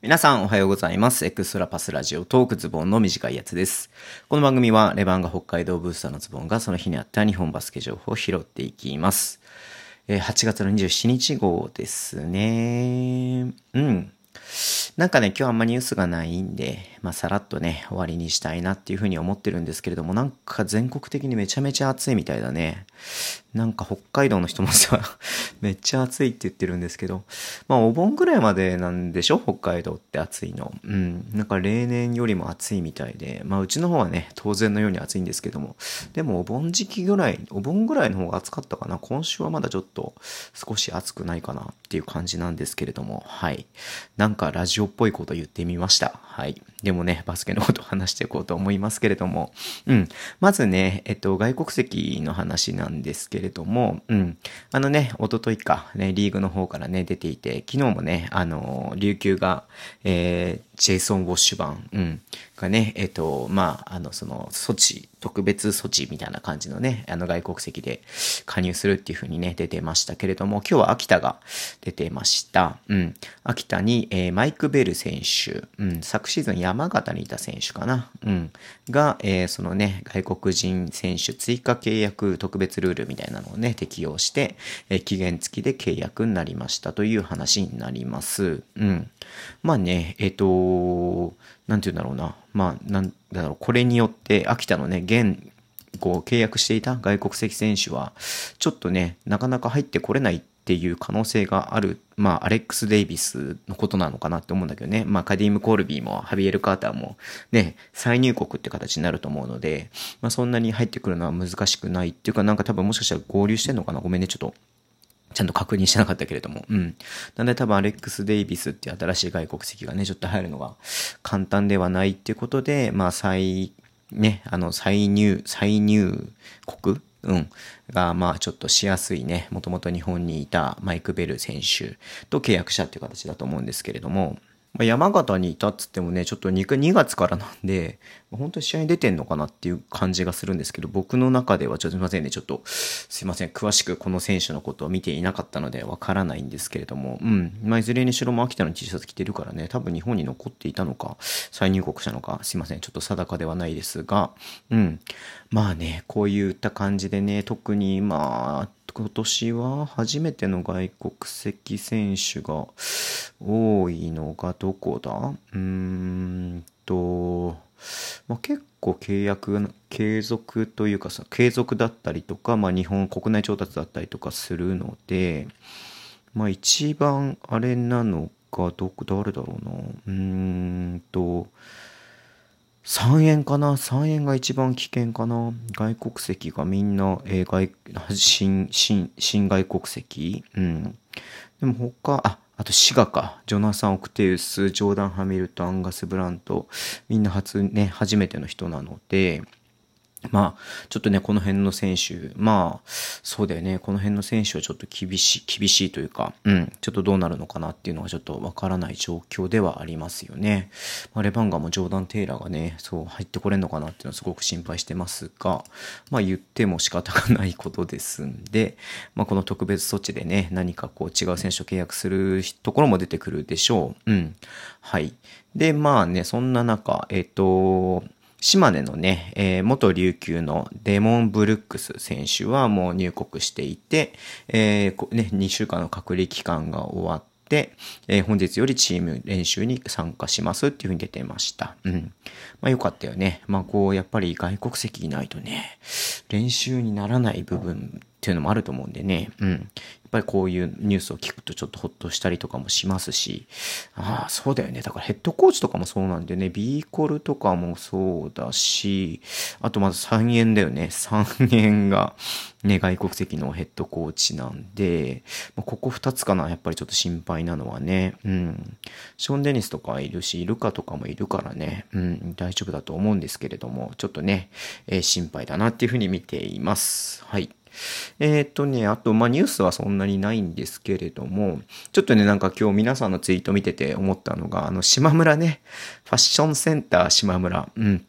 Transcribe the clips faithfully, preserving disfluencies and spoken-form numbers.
皆さんおはようございます。エクストラパスラジオトークズボンの短いやつです。この番組はレバンが北海道ブースターのズボンがその日にあった日本バスケ情報を拾っていきます。はちがつのにじゅうしちにち号ですね。うん。なんかね、今日あんまニュースがないんで、まあ、さらっとね、終わりにしたいなっていうふうに思ってるんですけれども、なんか全国的にめちゃめちゃ暑いみたいだね。なんか北海道の人もさ、めっちゃ暑いって言ってるんですけど、まあお盆ぐらいまでなんでしょ北海道って暑いの。うん。なんか例年よりも暑いみたいで、まあうちの方はね、当然のように暑いんですけども、でもお盆時期ぐらい、お盆ぐらいの方が暑かったかな。今週はまだちょっと少し暑くないかなっていう感じなんですけれども、はい。なんかラジオっぽいこと言ってみました。はい。でもね、バスケのことを話していこうと思いますけれども、うん。まずね、えっと、外国籍の話なんですけれども、うん。あのね、一昨日か、ね、リーグの方からね、出ていて、昨日もね、あの、琉球が、えー、ジェイソン・ウォッシュバン、うん。がね、えっと、まあ、あの、その、措置、特別措置みたいな感じのね、あの外国籍で加入するっていう風にね、出てましたけれども、今日は秋田が出てました。うん。秋田に、えー、マイク・ベル選手、うん、昨シーズン山形にいた選手かな、うん、が、えー、そのね、外国人選手追加契約特別ルールみたいなのをね、適用して、えー、期限付きで契約になりましたという話になります。うん。まあね、えっと、なんて言うんだろうな。まあ、なんだろう、これによって秋田のね、現、こう契約していた外国籍選手は、ちょっとね、なかなか入ってこれないっていう可能性がある、まあ、アレックス・デイビスのことなのかなって思うんだけどね。まあ、カディーム・コールビーもハビエル・カーターもね、再入国って形になると思うので、まあ、そんなに入ってくるのは難しくないっていうか、なんか多分もしかしたら合流してんのかなごめんね、ちょっと。ちゃんと確認してなかったけれども。うん。なんで多分アレックス・デイビスっていう新しい外国籍がね、ちょっと入るのが簡単ではないっていうことで、まあ、再、ね、あの、再入、再入国うん。が、まあ、ちょっとしやすいね。もともと日本にいたマイク・ベル選手と契約したっていう形だと思うんですけれども、まあ、山形にいたっつってもね、ちょっと 2, にがつからなんで、本当に試合に出てんのかなっていう感じがするんですけど、僕の中ではちょっとすいませんね、ちょっとすいません、詳しくこの選手のことを見ていなかったのでわからないんですけれども、うん。まあ、いずれにしろも秋田の T シャツ着てるからね、多分日本に残っていたのか、再入国したのか、すいません、ちょっと定かではないですが、うん。まあね、こういった感じでね、特にまあ、今年は初めての外国籍選手が多いのがどこだうーんと、まあ、結構契約、継続というかさ、継続だったりとか、まあ日本国内調達だったりとかするので、まあ一番あれなのがどこ、誰だろうな。うーんと、さんえんかな ?さん 円が一番危険かな外国籍がみんな、えー外、新、新、新外国籍うん。でも他、あ、あと滋賀か。ジョナサン・オクテウス、ジョーダン・ハミルトン、アンガス・ブラント。みんな初ね、初めての人なので、まあ、ちょっとね、この辺の選手、まあ、そうだよね、この辺の選手はちょっと厳しい、厳しいというか、うん、ちょっとどうなるのかなっていうのがちょっとわからない状況ではありますよね。まあ、レバンガもジョーダン・テイラーがね、そう入ってこれんのかなっていうのはすごく心配してますが、まあ言っても仕方がないことですんで、まあこの特別措置でね、何かこう違う選手と契約するところも出てくるでしょう。うん。はい。で、まあね、そんな中、えっと、島根のね、えー、元琉球のデモン・ブルックス選手はもう入国していて、えーね、にしゅうかんの隔離期間が終わって、えー、本日よりチーム練習に参加しますっていうふうに出てました。うん。まあよかったよね。まあこう、やっぱり外国籍いないとね、練習にならない部分っていうのもあると思うんでね。うん。やっぱりこういうニュースを聞くとちょっとほっとしたりとかもしますし、ああ、そうだよね。だからヘッドコーチとかもそうなんだよね。ビーコルとかもそうだし、あとまずさんえんだよね。さんえんがね、外国籍のヘッドコーチなんで、ここふたつかな。やっぱりちょっと心配なのはね。うん。ショーン・デニスとかいるし、ルカとかもいるからね。うん、大丈夫だと思うんですけれども、ちょっとね、えー、心配だなっていうふうに見ています。はい。えー、っとね、あと、まあ、ニュースはそんなにないんですけれども、ちょっとね、なんか今日皆さんのツイート見てて思ったのが、あの、島村ね、ファッションセンター島村、うん。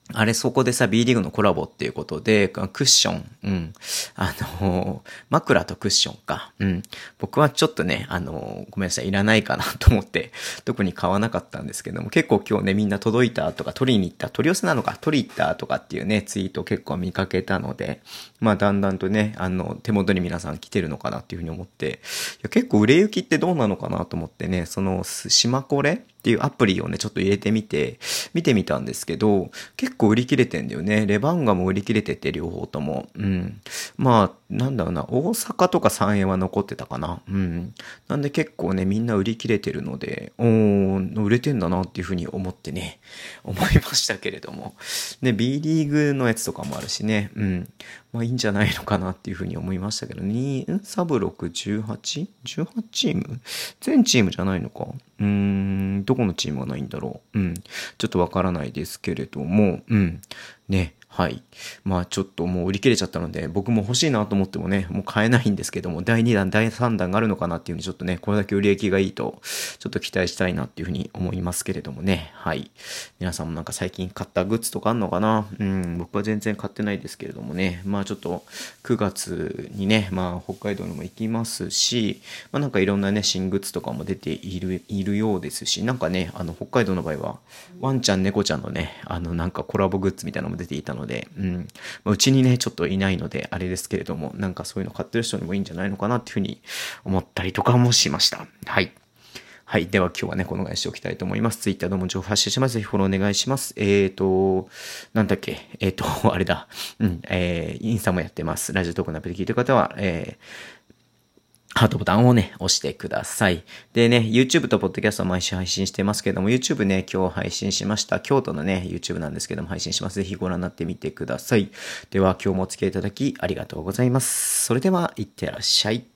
あれ、そこでさ、B リーグのコラボっていうことで、クッション、うん。あのー、枕とクッションか。うん。僕はちょっとね、あのー、ごめんなさい、いらないかなと思って、特に買わなかったんですけども、結構今日ね、みんな届いたとか、取りに行った、取り寄せなのか、取り行ったとかっていうね、ツイートを結構見かけたので、まあ、だんだんとね、あの、手元に皆さん来てるのかなっていうふうに思って、いや結構売れ行きってどうなのかなと思ってね、その、しまこれっていうアプリをね、ちょっと入れてみて、見てみたんですけど、結構売り切れてんだよね。レバンガも売り切れてて、両方とも。うん。まあ、なんだろうな、大阪とか三重は残ってたかな。うん。なんで結構ね、みんな売り切れてるので、おー、売れてんだなっていうふうに思ってね、思いましたけれども。で、B リーグのやつとかもあるしね、うん。まあいいんじゃないのかなっていうふうに思いましたけど、に、んサブろく、じゅうはち?じゅうはち チーム全チームじゃないのかうーん、どこのチームがないんだろううん。ちょっとわからないですけれども、うん。ね。はい。まあちょっともう売り切れちゃったので、僕も欲しいなと思ってもね、もう買えないんですけども、だいにだん、だいさんだんがあるのかなっていうふうにちょっとね、これだけ売り行きがいいと、ちょっと期待したいなっていうふうに思いますけれどもね。はい。皆さんもなんか最近買ったグッズとかあんのかなうん、僕は全然買ってないですけれどもね。まあちょっとくがつにね、まあ北海道にも行きますし、まあなんかいろんなね、新グッズとかも出ている、いるようですし、なんかね、あの北海道の場合は、ワンちゃん、猫ちゃんのね、あのなんかコラボグッズみたいなのも出ていたので、うん。まあ、うちにね、ちょっといないので、あれですけれども、なんかそういうの買ってる人にもいいんじゃないのかなっていうふうに思ったりとかもしました。はい。はい。では今日はね、このぐらいしておきたいと思います。ツイッターどうも情報発信します。ぜひフォローお願いします。えーと、なんだっけ、えーと、あれだ。うん、えー、インスタもやってます。ラジオトークのアプリで聞いてる方は、えー、ハートボタンをね、押してください。でね、YouTube と Podcast を毎週配信してますけども、YouTube ね、今日配信しました。京都のね、YouTube なんですけども、配信します。ぜひご覧になってみてください。では、今日もお付き合いいただきありがとうございます。それでは、いってらっしゃい。